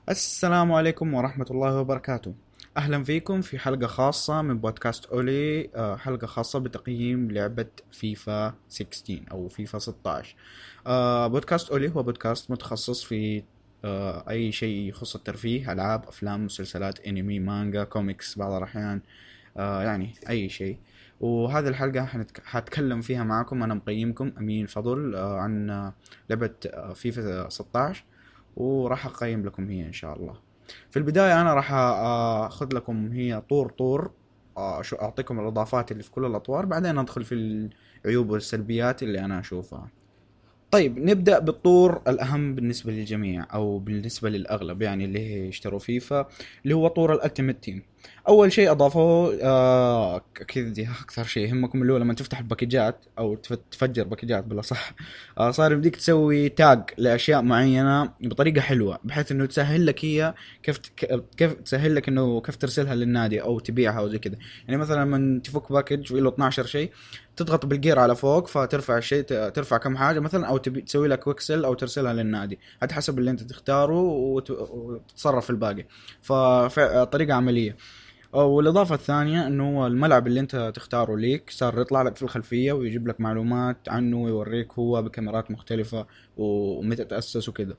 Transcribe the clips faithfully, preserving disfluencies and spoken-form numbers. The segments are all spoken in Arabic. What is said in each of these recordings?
السلام عليكم ورحمة الله وبركاته. أهلا فيكم في حلقة خاصة من بودكاست أولي، آه، حلقة خاصة بتقييم لعبة فيفا ستة عشر أو فيفا ستة عشر. آه، بودكاست أولي هو بودكاست متخصص في آه، أي شيء يخص الترفيه، ألعاب، أفلام، مسلسلات، أنمي، مانجا، كوميكس بعض الأحيان، آه، يعني أي شيء. وهذه الحلقة حنتك... حتكلم فيها معكم أنا مقيمكم أمين فضل آه، عن آه، لعبة آه، فيفا ستة عشر، وراح أقيم لكم هي إن شاء الله. في البداية أنا راح أخذ لكم هي طور طور، آه، شو أعطيكم الإضافات اللي في كل الأطوار، بعدين أدخل في العيوب والسلبيات اللي أنا أشوفها. طيب نبدأ بالطور الأهم بالنسبة للجميع أو بالنسبة للأغلب، يعني اللي هي يشتروا فيفا، اللي هو طور الألتيميت تيم. أول شيء أضافوه، آه أكيد دي أكثر شيء يهمكم، اللي هو لما تفتح الباكجات أو تف- تفجر باكجات بلا صح. آه صار يمديك تسوي تاج لأشياء معينة بطريقة حلوة، بحيث إنه تسهل لك هي كيف ت- كيف تسهل لك إنه كيف ترسلها للنادي أو تبيعها أو زي كذا. يعني مثلا لما تفك باكج وله اثناشر شيء، تضغط بالجير على فوق فترفع الشيء، ترفع كم حاجه مثلا، او تبي تسوي لك ويكسل او ترسلها للنادي، على حسب اللي انت تختاره وت- وتتصرف في الباقي. فطريقه عمليه. والاضافه الثانيه انه هو الملعب اللي انت تختاره ليك صار يطلع لك في الخلفيه ويجيب لك معلومات عنه ويوريك هو بكاميرات مختلفه ومتى تاسس وكذا.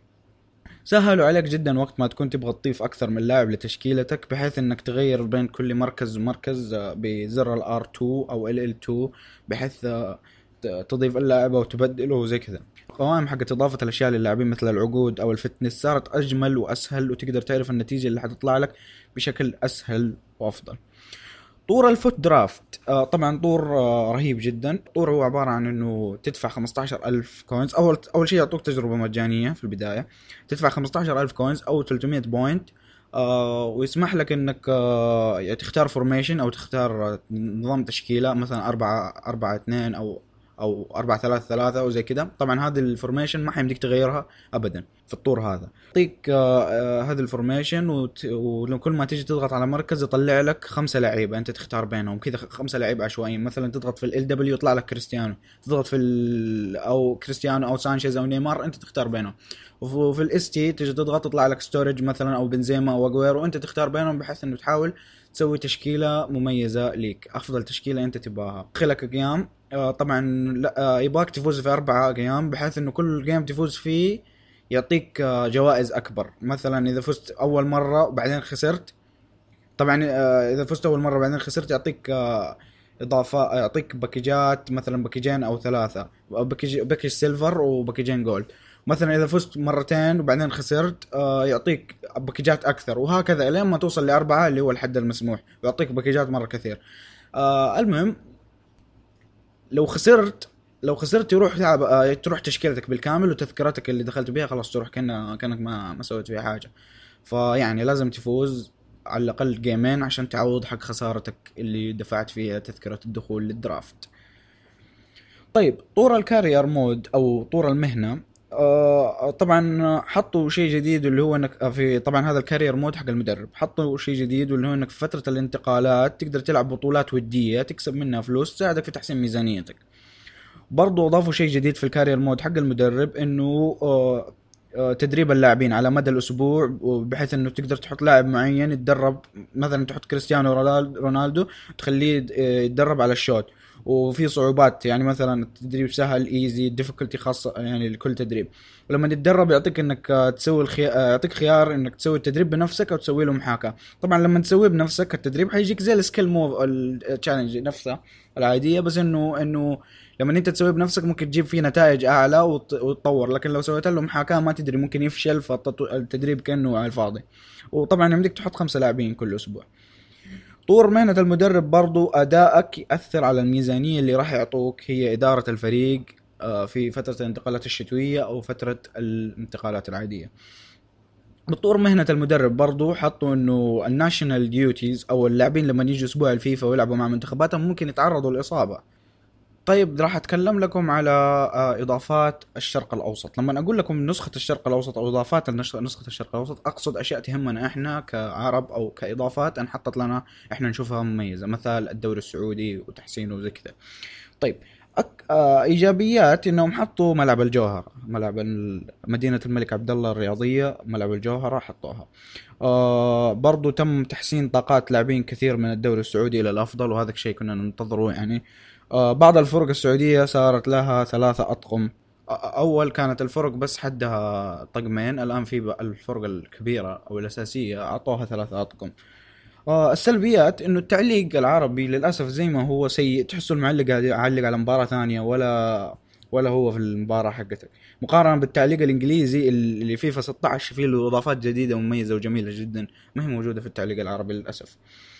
سهلوا عليك جدا وقت ما تكون تبغى تضيف اكثر من لاعب لتشكيلتك، بحيث انك تغير بين كل مركز ومركز آه، بزر الار اتنين او ال ال اتنين، بحيث آه، ت- تضيف اللاعب او تبدله وزي كذا. القوائم حقت اضافه الاشياء للاعبين مثل العقود او الفتنس صارت اجمل واسهل، وتقدر تعرف النتيجه اللي حتطلع لك بشكل اسهل وافضل. طور الفوت درافت، آه طبعا طور آه رهيب جدا. طور هو عبارة عن انه تدفع خمستاشر ألف كوينز. اول اول شيء يعطوك تجربة مجانية في البداية، تدفع خمستاشر ألف كوينز او ثلاثمية بوينت. آه ويسمح لك انك آه يعني تختار فورميشن او تختار آه، نظام تشكيلة، مثلا أربعة أربعة اثنين او او أربعة ثلاثة ثلاثة او زي كذا. طبعا هذه الفورميشن ما حيمديك تغيرها ابدا في الطور هذا. يعطيك آه، آه، هذا الفورميشن، وت... وكل ما تيجي تضغط على مركز يطلع لك خمسة لعيبه انت تختار بينهم كذا، خمسة لعيبه عشوائيين. مثلا تضغط في ال دبليو يطلع لك كريستيانو، تضغط في ال... او كريستيانو او سانشيز او نيمار انت تختار بينهم. وف- وفي الاس تي تيجي تضغط تطلع لك ستورج مثلا او بنزيما او اجويرو، وانت تختار بينهم بحيث انه تحاول تسوي تشكيله مميزه ليك، افضل تشكيله انت تبغاها. دخلك قيام، آه، طبعا لا، آه، يبغاك تفوز في اربعة قيام، بحيث انه كل جيم تفوز فيه يعطيك آه، جوائز اكبر. مثلا اذا فزت اول مره وبعدين خسرت، طبعا آه، اذا فزت اول مره وبعدين خسرت يعطيك آه، اضافه، يعطيك باكجات، مثلا باكجين او ثلاثه، باكج باكج سيلفر وباكجين جولد. مثلا اذا فزت مرتين وبعدين خسرت آه، يعطيك باكجات اكثر، وهكذا لين ما توصل لاربعه اللي هو الحد المسموح، ويعطيك باكجات مره كثير. آه، المهم، لو خسرت لو خسرت يروح تلعب، آه، تروح تشكيلتك بالكامل، وتذكرتك اللي دخلت بيها خلاص تروح، كأنك كأنك ما ما سويت فيها حاجة. فيعني لازم تفوز على الأقل جيمين عشان تعوض حق خسارتك اللي دفعت فيها تذكرة الدخول للدرافت. طيب طور الكارير مود او طور المهنه، آه طبعا حطوا شيء جديد اللي هو انك في، طبعا هذا الكارير مود حق المدرب، حطوا شيء جديد واللي هو انك في فتره الانتقالات تقدر تلعب بطولات وديه تكسب منها فلوس تساعدك في تحسين ميزانيتك. برضو اضافوا شيء جديد في الكارير مود حق المدرب، انه آه، آه، تدريب اللاعبين على مدى الاسبوع، بحيث انه تقدر تحط لاعب معين يتدرب. مثلا تحط كريستيانو رونال- رونالدو، تخليه آه، يتدرب على الشوت، وفي صعوبات، يعني مثلا التدريب سهل ايزي ديفيكولتي خاصه يعني لكل تدريب. ولما تتدرب يعطيك انك آه، تسوي الخي... آه، يعطيك خيار انك تسوي التدريب بنفسك او تسوي له محاكاه. طبعا لما تسويه بنفسك التدريب حيجيك زي السكيل موف التشالنج نفسها العاديه، بس انه انه لما انت تسويه بنفسك ممكن تجيب فيه نتائج اعلى وت- وتطور، لكن لو سويت له محاكاه ما تدري ممكن يفشل، فالتدريب كانه على الفاضي. وطبعا يمديك تحط خمسة لاعبين كل اسبوع. طور مهنة المدرب برضو أدائك يأثر على الميزانية اللي راح يعطوك هي إدارة الفريق آه، في فترة الانتقالات الشتوية أو فترة الانتقالات العادية. بطور مهنة المدرب برضو حطوا انه الناشونال ديوتيز او اللاعبين لما يجوا اسبوع الفيفا ويلعبوا مع منتخباتهم ممكن يتعرضوا لاصابة. طيب راح اتكلم لكم على آه، اضافات الشرق الاوسط. لما اقول لكم نسخة الشرق الاوسط او اضافات النش- نسخة الشرق الاوسط، اقصد اشياء تهمنا احنا كعرب او كاضافات انحطت لنا احنا نشوفها مميزة، مثل الدوري السعودي وتحسينه وزي كذا. طيب أك... آه ايجابيات انهم حطوا ملعب الجوهرة، ملعب ال- مدينة الملك عبد الله الرياضية، ملعب الجوهرة حطوها. آه برضو تم تحسين طاقات لاعبين كثير من الدوري السعودي الى الافضل، وهذا الشيء كنا ننتظره يعني. آه بعض الفرق السعودية صارت لها ثلاثة اطقم. آه، اول كانت الفرق بس حدها طقمين، الان في ب- الفرق الكبيرة او الاساسية اعطوها ثلاثة اطقم. آه السلبيات انه التعليق العربي للاسف زي ما هو سيء، تحسه المعلق قاعد يعلق على مباراة ثانية، ولا ولا هو في المباراة حقتك، مقارنة بالتعليق الانجليزي اللي فيفا ستة عشر فيه له اضافات جديدة ومميزة وجميلة جدا، ما هي موجودة في التعليق العربي للاسف.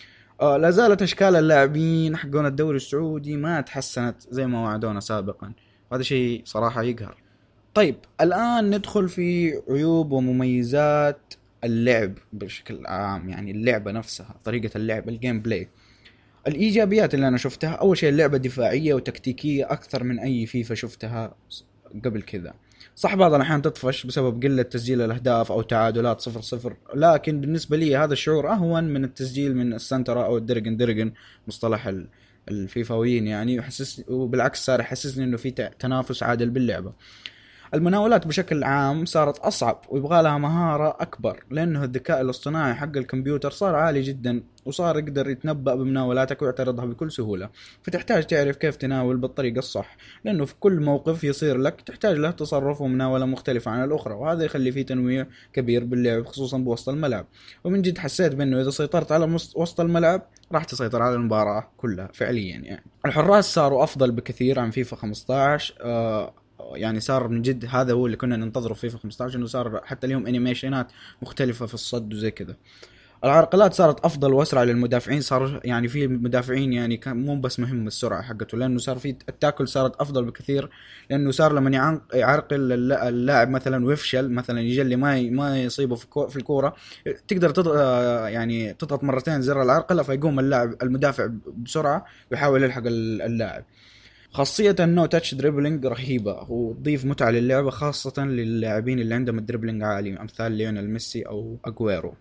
آه لا زالت اشكال اللاعبين حقون الدوري السعودي ما تحسنت زي ما وعدونا سابقا، وهذا شيء صراحة يقهر. طيب الآن ندخل في عيوب ومميزات اللعب بشكل عام، يعني اللعبة نفسها، طريقة اللعب، الجيم بلاي. الإيجابيات اللي أنا شفتها، أول شيء اللعبة دفاعية وتكتيكية أكثر من أي فيفا شفتها قبل كذا. صح بعض الأحيان تطفش بسبب قلة تسجيل الأهداف أو تعادلات صفر صفر، لكن بالنسبة لي هذا الشعور أهون من التسجيل من السنترة أو الدرجن درجن، مصطلح ال- الفيفاويين يعني، يحسس، وبالعكس صار يحسسني انه في تنافس عادل باللعبه. المناولات بشكل عام صارت أصعب ويبغى لها مهارة أكبر، لأنه الذكاء الاصطناعي حق الكمبيوتر صار عالي جدا، وصار يقدر يتنبأ بمناولاتك ويعترضها بكل سهولة. فتحتاج تعرف كيف تناول بالطريقة الصح، لأنه في كل موقف يصير لك تحتاج له تصرف ومناولة مختلفة عن الأخرى، وهذا يخلي فيه تنويع كبير باللعب خصوصا بوسط الملعب. ومن جد حسيت بأنه إذا سيطرت على مس- وسط الملعب راح تسيطر على المباراة كلها فعليا يعني. الحراس صاروا أفضل بكثير عن فيفا خمسة عشر. آه يعني صار من جد هذا هو اللي كنا ننتظره في فيفا خمسة عشر، انه صار حتى اليوم انيميشنات مختلفة في الصد وزي كذا. العرقلات صارت افضل واسرع للمدافعين، صار يعني في مدافعين يعني كان مو بس مهم السرعه حقته، لانه صار في التاكل صارت افضل بكثير، لانه صار لما يعن- يعرقل الل- اللاعب مثلا ويفشل، مثلا يجلي ما ي- ما يصيبه في الكو- في الكوره، تقدر تضغط يعني تضغط مرتين زر العرقله فيقوم اللاعب المدافع بسرعه ويحاول يلحق ال- اللاعب. خاصية النو تاتش دريبلينج رهيبة، وتضيف متعة للعبة خاصة للاعبين اللي عندهم الدريبلينج عالي، أمثال ليونيل ميسي أو أجويرو.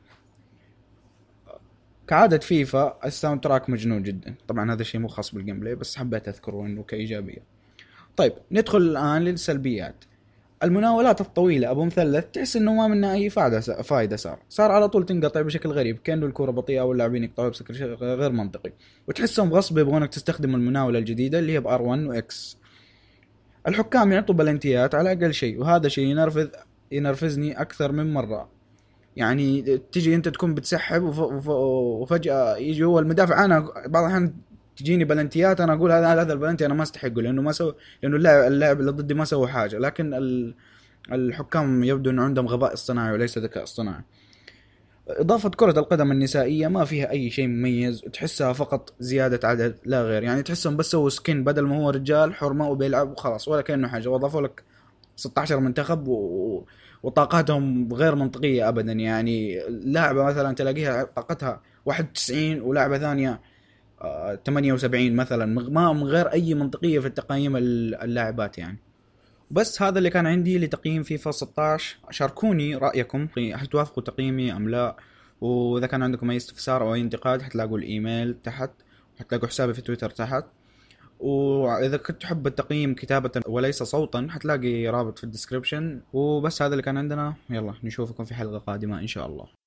كعادة فيفا الساوند تراك مجنون جدا، طبعا هذا الشيء مو خاص بالجيم بلاي بس حبيت أذكره إنه كإيجابية. طيب ندخل الآن للسلبيات. المناولات الطويلة أبو مثلث تحس إنه ما منها أي فائدة، فايدة صار صار على طول تنقطع بشكل غريب، كأنه الكرة بطيئة واللاعبين يقطعوا بشكل غير منطقي، وتحسهم غصب يبغونك تستخدم المناولة الجديدة اللي هي بآر واحد وإكس. الحكام يعطوا بلنتيات على اقل شيء، وهذا شيء ينرفز ينرفزني اكثر من مره. يعني تجي انت تكون بتسحب وف... وف... وفجاه يجي هو المدافع، انا بعض الاحيان تجيني بلنتيات انا اقول هذا هذا البلنتي انا ما استحقه، لانه ما سوى، لانه اللاعب اللاعب اللي ضدي ما سوى حاجه، لكن ال... الحكام يبدو انه عندهم غباء اصطناعي وليس ذكاء اصطناعي. إضافة كرة القدم النسائية ما فيها أي شيء مميز، تحسها فقط زيادة عدد لا غير، يعني تحسهم بس سووا سكين بدل ما هو رجال حرمة وبيلعب وخلاص ولا كأنه حاجة، وأضافوا لك ستة عشر منتخب و... وطاقاتهم غير منطقية أبدا، يعني لاعبة مثلا تلاقيها طاقتها واحد وتسعين ولاعبة ثانية آه، ثمانية وسبعين مثلا، ما من غير أي منطقية في التقييم اللاعبات يعني. بس هذا اللي كان عندي لتقييم فيفا ستة عشر. شاركوني رأيكم، هل توافقوا تقييمي أم لا؟ وإذا كان عندكم أي استفسار أو أي انتقاد حتلاقوا الإيميل تحت، حتلاقوا حسابي في تويتر تحت. وإذا كنت تحب التقييم كتابة وليس صوتا حتلاقي رابط في الديسكريبشن. وبس هذا اللي كان عندنا، يلا نشوفكم في حلقة قادمة إن شاء الله.